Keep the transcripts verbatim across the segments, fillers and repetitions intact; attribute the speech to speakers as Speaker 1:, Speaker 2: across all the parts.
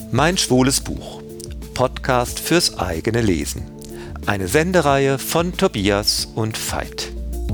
Speaker 1: Mein schwules Buch. Podcast fürs eigene Lesen. Eine Sendereihe von Tobias und Veit.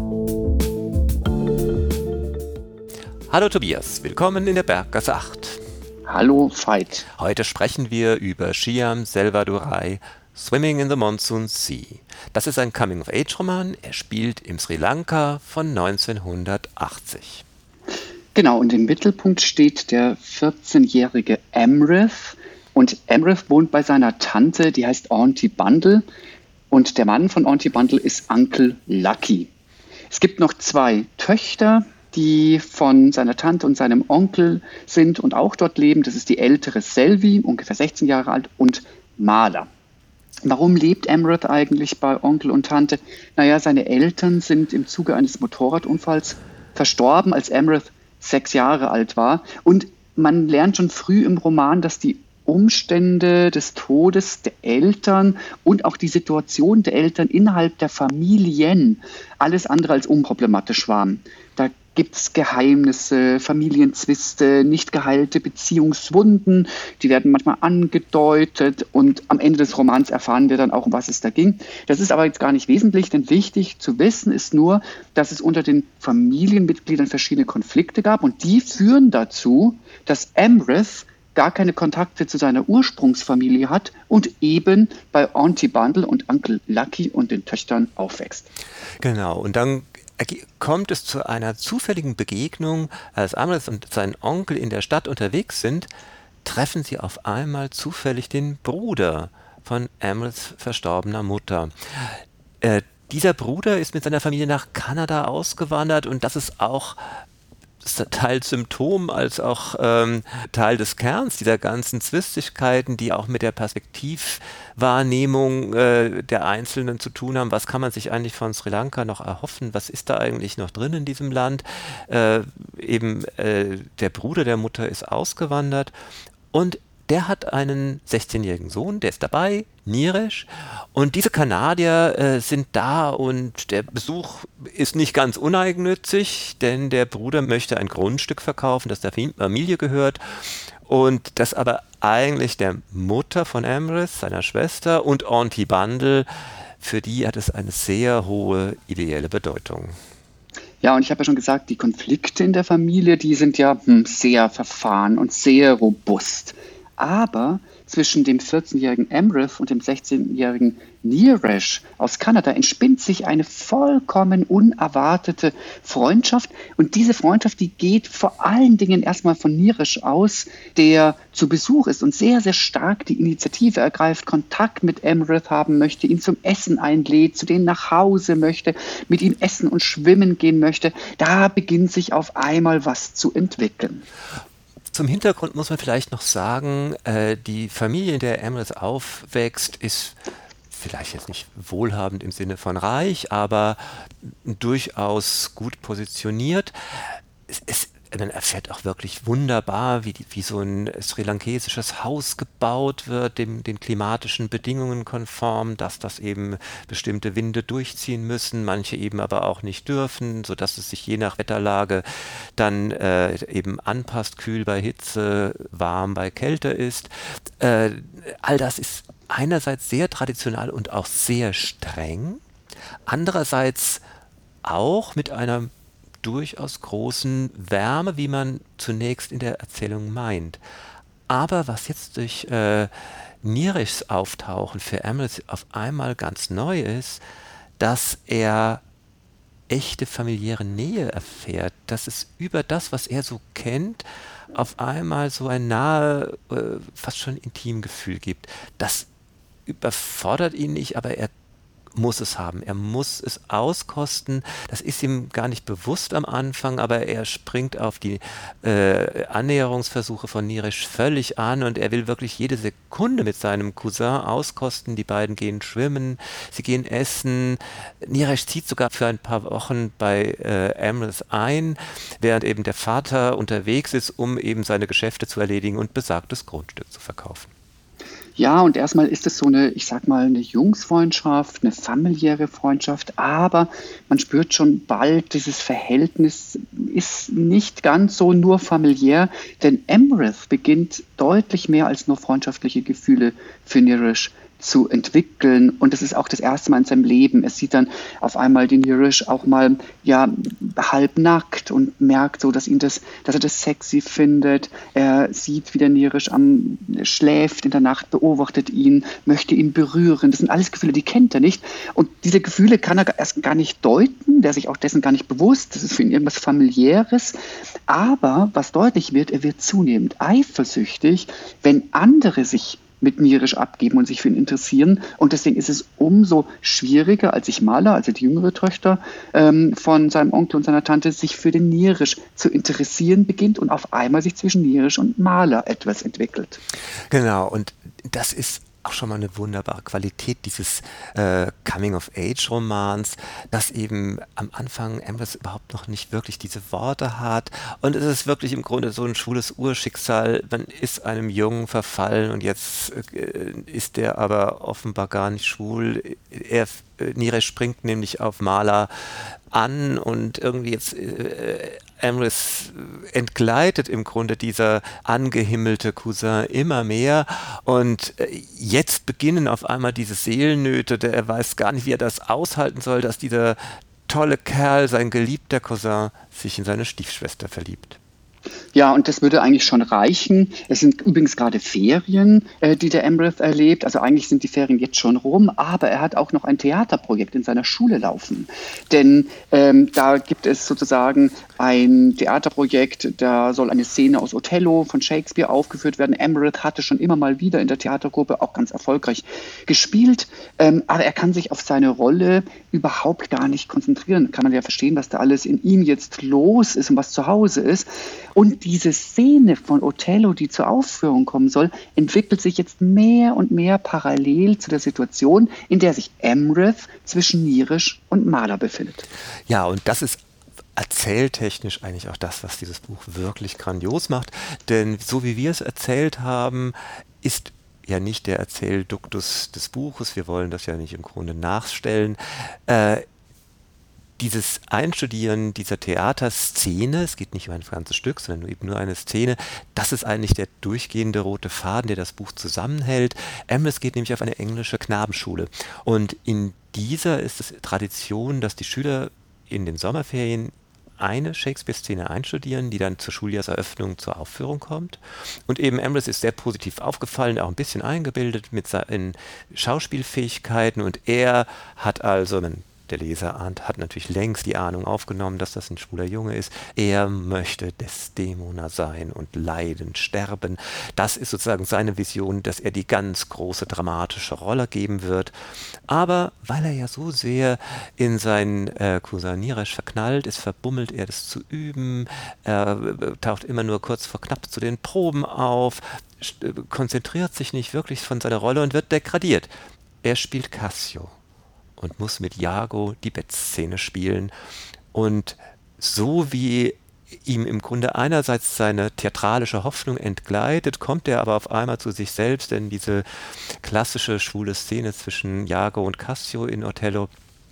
Speaker 1: Hallo Tobias, willkommen in der Berggasse acht.
Speaker 2: Hallo Veit.
Speaker 1: Heute sprechen wir über Shyam Selvadurai, Swimming in the Monsoon Sea. Das ist ein Coming-of-Age-Roman. Er spielt im Sri Lanka von neunzehnhundertachtzig.
Speaker 2: Genau, und im Mittelpunkt steht der vierzehnjährige Amrith. Und Amrith wohnt bei seiner Tante, die heißt Auntie Bundle. Und der Mann von Auntie Bundle ist Uncle Lucky. Es gibt noch zwei Töchter, die von seiner Tante und seinem Onkel sind und auch dort leben. Das ist die ältere Selvi, ungefähr sechzehn Jahre alt, und Mala. Warum lebt Amrith eigentlich bei Onkel und Tante? Naja, seine Eltern sind im Zuge eines Motorradunfalls verstorben, als Amrith sechs Jahre alt war. Und man lernt schon früh im Roman, dass die Umstände des Todes der Eltern und auch die Situation der Eltern innerhalb der Familien alles andere als unproblematisch waren. Da gibt es Geheimnisse, Familienzwiste, nicht geheilte Beziehungswunden, die werden manchmal angedeutet und am Ende des Romans erfahren wir dann auch, um was es da ging. Das ist aber jetzt gar nicht wesentlich, denn wichtig zu wissen ist nur, dass es unter den Familienmitgliedern verschiedene Konflikte gab und die führen dazu, dass Amrith gar keine Kontakte zu seiner Ursprungsfamilie hat und eben bei Auntie Bundle und Uncle Lucky und den Töchtern aufwächst.
Speaker 1: Genau, und dann kommt es zu einer zufälligen Begegnung, als Amrith und sein Onkel in der Stadt unterwegs sind, treffen sie auf einmal zufällig den Bruder von Amriths verstorbener Mutter. Äh, dieser Bruder ist mit seiner Familie nach Kanada ausgewandert und das ist auch teils Symptom als auch ähm, Teil des Kerns dieser ganzen Zwistigkeiten, die auch mit der Perspektivwahrnehmung äh, der Einzelnen zu tun haben. Was kann man sich eigentlich von Sri Lanka noch erhoffen? Was ist da eigentlich noch drin in diesem Land? Äh, eben äh, der Bruder der Mutter ist ausgewandert und der hat einen sechzehnjährigen Sohn, der ist dabei, Neeraj. Und diese Kanadier äh, sind da und der Besuch ist nicht ganz uneigennützig, denn der Bruder möchte ein Grundstück verkaufen, das der Familie gehört. Und das aber eigentlich der Mutter von Amrith, seiner Schwester, und Auntie Bundle, für die hat es eine sehr hohe ideelle Bedeutung.
Speaker 2: Ja, und ich habe ja schon gesagt, die Konflikte in der Familie, die sind ja hm, sehr verfahren und sehr robust. Aber zwischen dem vierzehnjährigen Amrith und dem sechzehnjährigen Neeraj aus Kanada entspinnt sich eine vollkommen unerwartete Freundschaft. Und diese Freundschaft, die geht vor allen Dingen erstmal von Neeraj aus, der zu Besuch ist und sehr, sehr stark die Initiative ergreift, Kontakt mit Amrith haben möchte, ihn zum Essen einlädt, zu denen nach Hause möchte, mit ihm essen und schwimmen gehen möchte. Da beginnt sich auf einmal was zu entwickeln.
Speaker 1: Zum Hintergrund muss man vielleicht noch sagen, äh, die Familie, in der Amrith aufwächst, ist vielleicht jetzt nicht wohlhabend im Sinne von reich, aber durchaus gut positioniert. Es, es, man erfährt auch wirklich wunderbar, wie, die, wie so ein sri-lankesisches Haus gebaut wird, dem, den klimatischen Bedingungen konform, dass das eben bestimmte Winde durchziehen müssen, manche eben aber auch nicht dürfen, sodass es sich je nach Wetterlage dann äh, eben anpasst, kühl bei Hitze, warm bei Kälte ist. Äh, all das ist einerseits sehr traditionell und auch sehr streng, andererseits auch mit einer durchaus großen Wärme, wie man zunächst in der Erzählung meint. Aber was jetzt durch äh, Neerajs Auftauchen für Amrith auf einmal ganz neu ist, dass er echte familiäre Nähe erfährt, dass es über das, was er so kennt, auf einmal so ein nahe, äh, fast schon Intimgefühl gibt. Das überfordert ihn nicht, aber er muss es haben. Er muss es auskosten. Das ist ihm gar nicht bewusst am Anfang, aber er springt auf die äh, Annäherungsversuche von Neeraj völlig an und er will wirklich jede Sekunde mit seinem Cousin auskosten. Die beiden gehen schwimmen, sie gehen essen. Neeraj zieht sogar für ein paar Wochen bei äh, Amrith ein, während eben der Vater unterwegs ist, um eben seine Geschäfte zu erledigen und besagtes Grundstück zu verkaufen.
Speaker 2: Ja, und erstmal ist es so eine, ich sag mal, eine Jungsfreundschaft, eine familiäre Freundschaft, aber man spürt schon bald, dieses Verhältnis ist nicht ganz so nur familiär, denn Emrith beginnt deutlich mehr als nur freundschaftliche Gefühle für Nirish zu entwickeln. Und das ist auch das erste Mal in seinem Leben. Er sieht dann auf einmal den Nirish auch mal ja halbnackt und merkt so, dass ihn das, dass er das sexy findet. Er sieht, wie der Nirish am schläft in der Nacht, beobachtet ihn, möchte ihn berühren. Das sind alles Gefühle, die kennt er nicht. Und diese Gefühle kann er erst gar nicht deuten, der sich auch dessen gar nicht bewusst. Das ist für ihn irgendwas Familiäres. Aber was deutlich wird, er wird zunehmend eifersüchtig, wenn andere sich mit Nirish abgeben und sich für ihn interessieren. Und deswegen ist es umso schwieriger, als sich Mala, also die jüngere Tochter ähm, von seinem Onkel und seiner Tante, sich für den Nirish zu interessieren beginnt und auf einmal sich zwischen Nirish und Mala etwas entwickelt.
Speaker 1: Genau, und das ist auch schon mal eine wunderbare Qualität dieses äh, Coming-of-Age-Romans, dass eben am Anfang Emrys überhaupt noch nicht wirklich diese Worte hat und es ist wirklich im Grunde so ein schwules Urschicksal. Man ist einem Jungen verfallen und jetzt äh, ist der aber offenbar gar nicht schwul. Er, äh, Nireh springt nämlich auf Mala an und irgendwie jetzt äh, Emrys entgleitet im Grunde dieser angehimmelte Cousin immer mehr und jetzt beginnen auf einmal diese Seelennöte, der er weiß gar nicht, wie er das aushalten soll, dass dieser tolle Kerl, sein geliebter Cousin, sich in seine Stiefschwester verliebt.
Speaker 2: Ja, und das würde eigentlich schon reichen. Es sind übrigens gerade Ferien, äh, die der Emrith erlebt. Also eigentlich sind die Ferien jetzt schon rum, aber er hat auch noch ein Theaterprojekt in seiner Schule laufen. Denn ähm, da gibt es sozusagen ein Theaterprojekt, da soll eine Szene aus Othello von Shakespeare aufgeführt werden. Emrith hatte schon immer mal wieder in der Theatergruppe auch ganz erfolgreich gespielt, ähm, aber er kann sich auf seine Rolle überhaupt gar nicht konzentrieren. Kann man ja verstehen, was da alles in ihm jetzt los ist und was zu Hause ist. Und diese Szene von Othello, die zur Aufführung kommen soll, entwickelt sich jetzt mehr und mehr parallel zu der Situation, in der sich Emrith zwischen Nirish und Mala befindet.
Speaker 1: Ja, und das ist erzähltechnisch eigentlich auch das, was dieses Buch wirklich grandios macht. Denn so wie wir es erzählt haben, ist ja nicht der Erzählduktus des Buches, wir wollen das ja nicht im Grunde nachstellen, äh, dieses Einstudieren dieser Theaterszene, es geht nicht um ein ganzes Stück, sondern eben nur eine Szene, das ist eigentlich der durchgehende rote Faden, der das Buch zusammenhält. Emrys geht nämlich auf eine englische Knabenschule und in dieser ist es Tradition, dass die Schüler in den Sommerferien eine Shakespeare-Szene einstudieren, die dann zur Schuljahreseröffnung zur Aufführung kommt. Und eben Emrys ist sehr positiv aufgefallen, auch ein bisschen eingebildet mit seinen Schauspielfähigkeiten und er hat also, man der Leser ahnt, hat natürlich längst die Ahnung aufgenommen, dass das ein schwuler Junge ist. Er möchte Desdemona sein und leiden, sterben. Das ist sozusagen seine Vision, dass er die ganz große dramatische Rolle geben wird. Aber weil er ja so sehr in seinen äh, Cousin Nirish verknallt ist, verbummelt er das zu üben. Er äh, taucht immer nur kurz vor knapp zu den Proben auf, äh, konzentriert sich nicht wirklich von seiner Rolle und wird degradiert. Er spielt Cassio und muss mit Iago die Bettszene spielen. Und so wie ihm im Grunde einerseits seine theatralische Hoffnung entgleitet, kommt er aber auf einmal zu sich selbst, denn diese klassische schwule Szene zwischen Iago und Cassio in Othello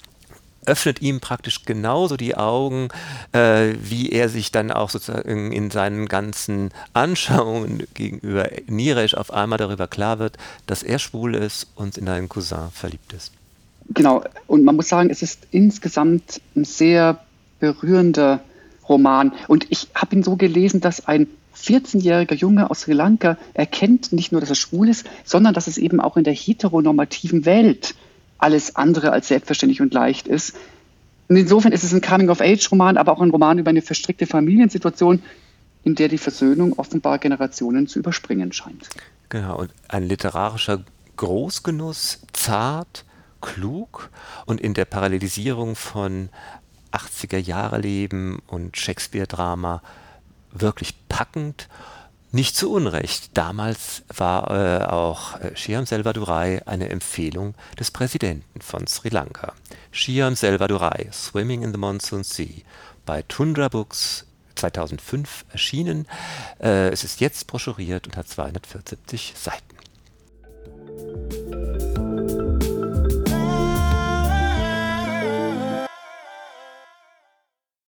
Speaker 1: öffnet ihm praktisch genauso die Augen, äh, wie er sich dann auch sozusagen in seinen ganzen Anschauungen gegenüber Nirish auf einmal darüber klar wird, dass er schwul ist und in einen Cousin verliebt ist.
Speaker 2: Genau, und man muss sagen, es ist insgesamt ein sehr berührender Roman. Und ich habe ihn so gelesen, dass ein vierzehnjähriger Junge aus Sri Lanka erkennt nicht nur, dass er schwul ist, sondern dass es eben auch in der heteronormativen Welt alles andere als selbstverständlich und leicht ist. Und insofern ist es ein Coming-of-Age-Roman, aber auch ein Roman über eine verstrickte Familiensituation, in der die Versöhnung offenbar Generationen zu überspringen scheint.
Speaker 1: Genau, und ein literarischer Großgenuss, zart, klug und in der Parallelisierung von achtziger-Jahre-Leben und Shakespeare-Drama wirklich packend. Nicht zu Unrecht. Damals war äh, auch äh, Shyam Selvadurai eine Empfehlung des Präsidenten von Sri Lanka. Shyam Selvadurai, Swimming in the Monsoon Sea, bei Tundra Books zweitausendfünf erschienen. Äh, es ist jetzt broschuriert und hat zweihundertvierundsiebzig Seiten.